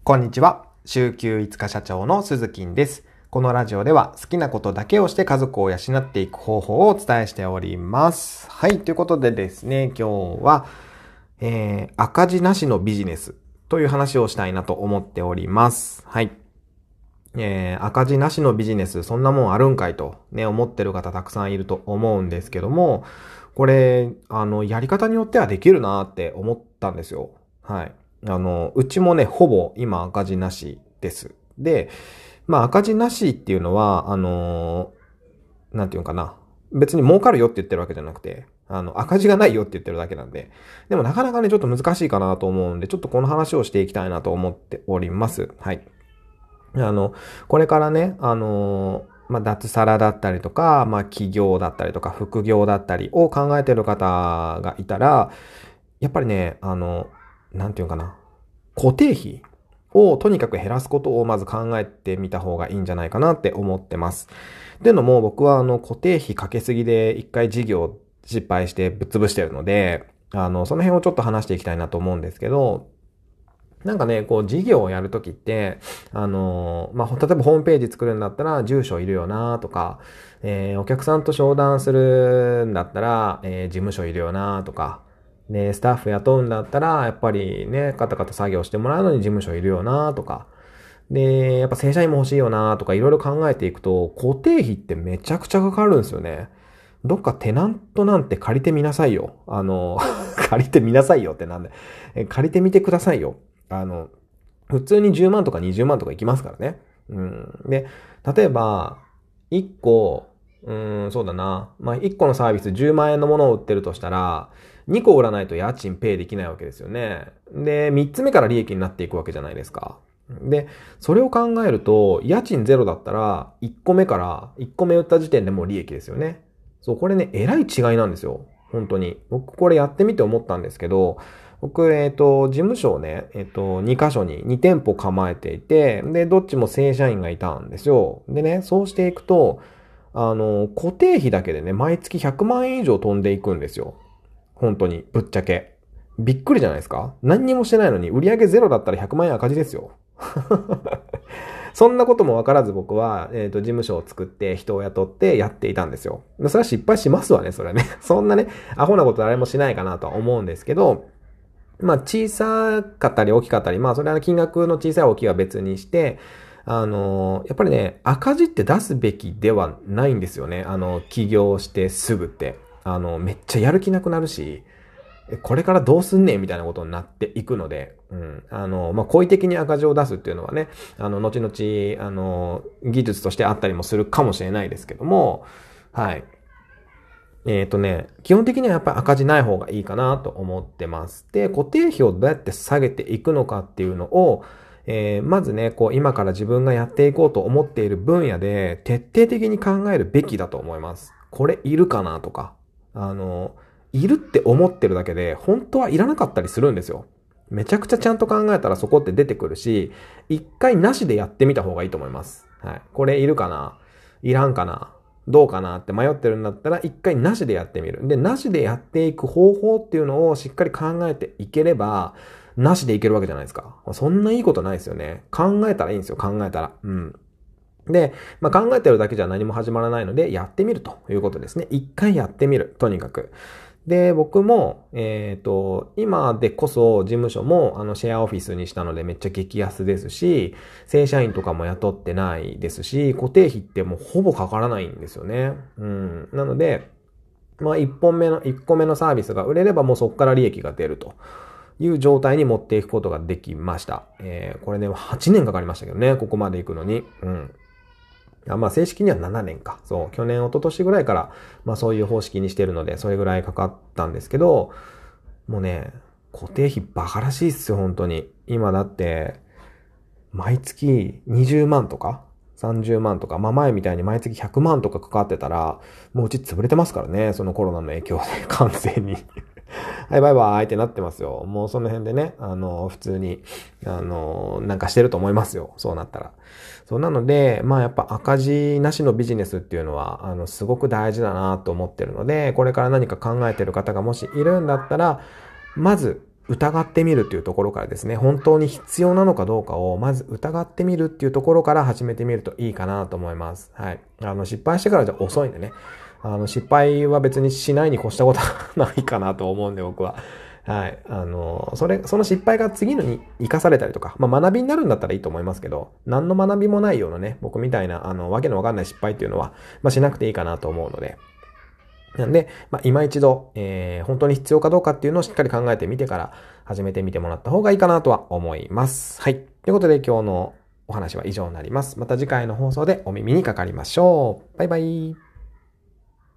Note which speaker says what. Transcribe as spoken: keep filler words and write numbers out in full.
Speaker 1: こんにちは。週休いつか社長の鈴木です。このラジオでは好きなことだけをして家族を養っていく方法をお伝えしております。はい。ということでですね、今日は、えー、赤字なしのビジネスという話をしたいなと思っております。はい。えー、赤字なしのビジネス、そんなもんあるんかいとね、思ってる方たくさんいると思うんですけども、これ、あの、やり方によってはできるなって思ったんですよ。はい。あの、うちもね、ほぼ今赤字なしです。で、まあ赤字なしっていうのは、あのーなんていうのかな。別に儲かるよって言ってるわけじゃなくて、あの、赤字がないよって言ってるだけなんで。でもなかなかね、ちょっと難しいかなと思うんで、ちょっとこの話をしていきたいなと思っております。はい。あの、これからね、あのーまあ、脱サラだったりとか、まあ、起業だったりとか、副業だったりを考えている方がいたら、やっぱりね、あの、なんていうかな。固定費をとにかく減らすことをまず考えてみた方がいいんじゃないかなって思ってます。っていうのも僕はあの固定費かけすぎで一回事業失敗してぶっ潰してるので、あの、その辺をちょっと話していきたいなと思うんですけど、なんかね、こう事業をやるときって、あの、まあ、例えばホームページ作るんだったら住所いるよなとか、えー、お客さんと商談するんだったら、えー、事務所いるよなとか、で、スタッフ雇うんだったら、やっぱりね、カタカタ作業してもらうのに事務所いるよなとか、で、やっぱ正社員も欲しいよなとかいろいろ考えていくと、固定費ってめちゃくちゃかかるんですよね。どっかテナントなんて借りてみなさいよ。あの、借りてみなさいよってなんで。え借りてみてくださいよ。あの、普通にじゅうまんとかにじゅうまんとかいきますからね。うん。で、例えば、いっこ、うん、そうだな。まあ、いっこのサービスじゅうまん円のものを売ってるとしたら、にこ売らないと家賃ペイできないわけですよね。で、みっつめから利益になっていくわけじゃないですか。で、それを考えると、家賃ゼロだったら、いっこめから、いっこめ売った時点でもう利益ですよね。そう、これね、えらい違いなんですよ。本当に。僕これやってみて思ったんですけど、僕、えっと、事務所をね、えっと、に箇所にに店舗構えていて、で、どっちも正社員がいたんですよ。でね、そうしていくと、あの、固定費だけでね、毎月ひゃくまん円以上飛んでいくんですよ。本当に、ぶっちゃけ。びっくりじゃないですか？何にもしてないのに、売上ゼロだったらひゃくまん円赤字ですよ。そんなこともわからず僕は、えっと、事務所を作って人を雇ってやっていたんですよ。それは失敗しますわね、それはね。そんなね、アホなこと誰もしないかなとは思うんですけど、まあ、小さかったり大きかったり、まあ、それは金額の小さい大きいは別にして、あの、やっぱりね、赤字って出すべきではないんですよね。あの、起業してすぐって。あの、めっちゃやる気なくなるし、これからどうすんねんみたいなことになっていくので、うん。あの、まあ、故意的に赤字を出すっていうのはね、あの、後々、あの、技術としてあったりもするかもしれないですけども、はい。えっとね、基本的にはやっぱり赤字ない方がいいかなと思ってます。で、固定費をどうやって下げていくのかっていうのを、えー、まずね、こう今から自分がやっていこうと思っている分野で徹底的に考えるべきだと思います。これいるかなとか、あの、いるって思ってるだけで本当はいらなかったりするんですよ。めちゃくちゃちゃんと考えたらそこって出てくるし、一回なしでやってみた方がいいと思います。はい。これいるかないらんかなどうかなって迷ってるんだったら、一回なしでやってみる。で、なしでやっていく方法っていうのをしっかり考えていければ、なしでいけるわけじゃないですか。そんないいことないですよね。考えたらいいんですよ、考えたら。うん。で、まあ、考えてるだけじゃ何も始まらないので、やってみるということですね。一回やってみる。とにかく。で、僕も、えっと、今でこそ事務所もあのシェアオフィスにしたのでめっちゃ激安ですし、正社員とかも雇ってないですし、固定費ってもうほぼかからないんですよね。うん。なので、まあ一本目の、一個目のサービスが売れればもうそこから利益が出るという状態に持っていくことができました。えー、これね、はちねんかかりましたけどね、ここまで行くのに。うん。あまあ正式にはななねんか。そう、去年、一昨年ぐらいから、まあそういう方式にしてるので、それぐらいかかったんですけど、もうね、固定費バカらしいっすよ、本当に。今だって、毎月にじゅうまんとか、さんじゅうまんとか、まあ前みたいに毎月ひゃくまんとかかかってたら、もううち潰れてますからね、そのコロナの影響で、完全に。はい、バイバイってなってますよ。もうその辺でね、あの、普通に、あの、なんかしてると思いますよ。そうなったら。そうなので、まあやっぱ赤字なしのビジネスっていうのは、あの、すごく大事だなと思ってるので、これから何か考えてる方がもしいるんだったら、まず、 疑ってみるっていうところからですね、本当に必要なのかどうかをまず疑ってみるっていうところから始めてみるといいかなと思います。はい。あの、失敗してからじゃ遅いんでね。あの、失敗は別にしないに越したことはないかなと思うんで、僕は。はい。あの、それ、その失敗が次のに生かされたりとか、まあ学びになるんだったらいいと思いますけど、何の学びもないようなね、僕みたいな、あの、わけのわかんない失敗っていうのは、まあしなくていいかなと思うので、なんで、まあ、今一度、えー、本当に必要かどうかっていうのをしっかり考えてみてから始めてみてもらった方がいいかなとは思います。はい。ということで今日のお話は以上になります。また次回の放送でお耳にかかりましょう。バイバイ。